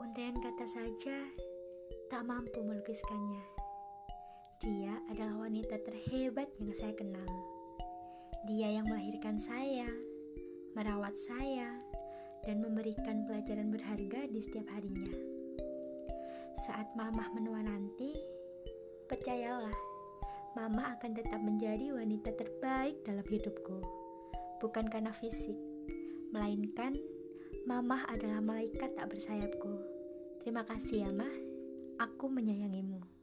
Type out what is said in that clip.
Untaian kata saja tak mampu melukiskannya. Dia adalah wanita terhebat yang saya kenal. Dia yang melahirkan saya, merawat saya, dan memberikan pelajaran berharga di setiap harinya. Saat mamah menua nanti, percayalah, mamah akan tetap menjadi wanita terbaik dalam hidupku. Bukan karena fisik, melainkan mamah adalah malaikat tak bersayapku. Terima kasih ya, Mah. Aku menyayangimu.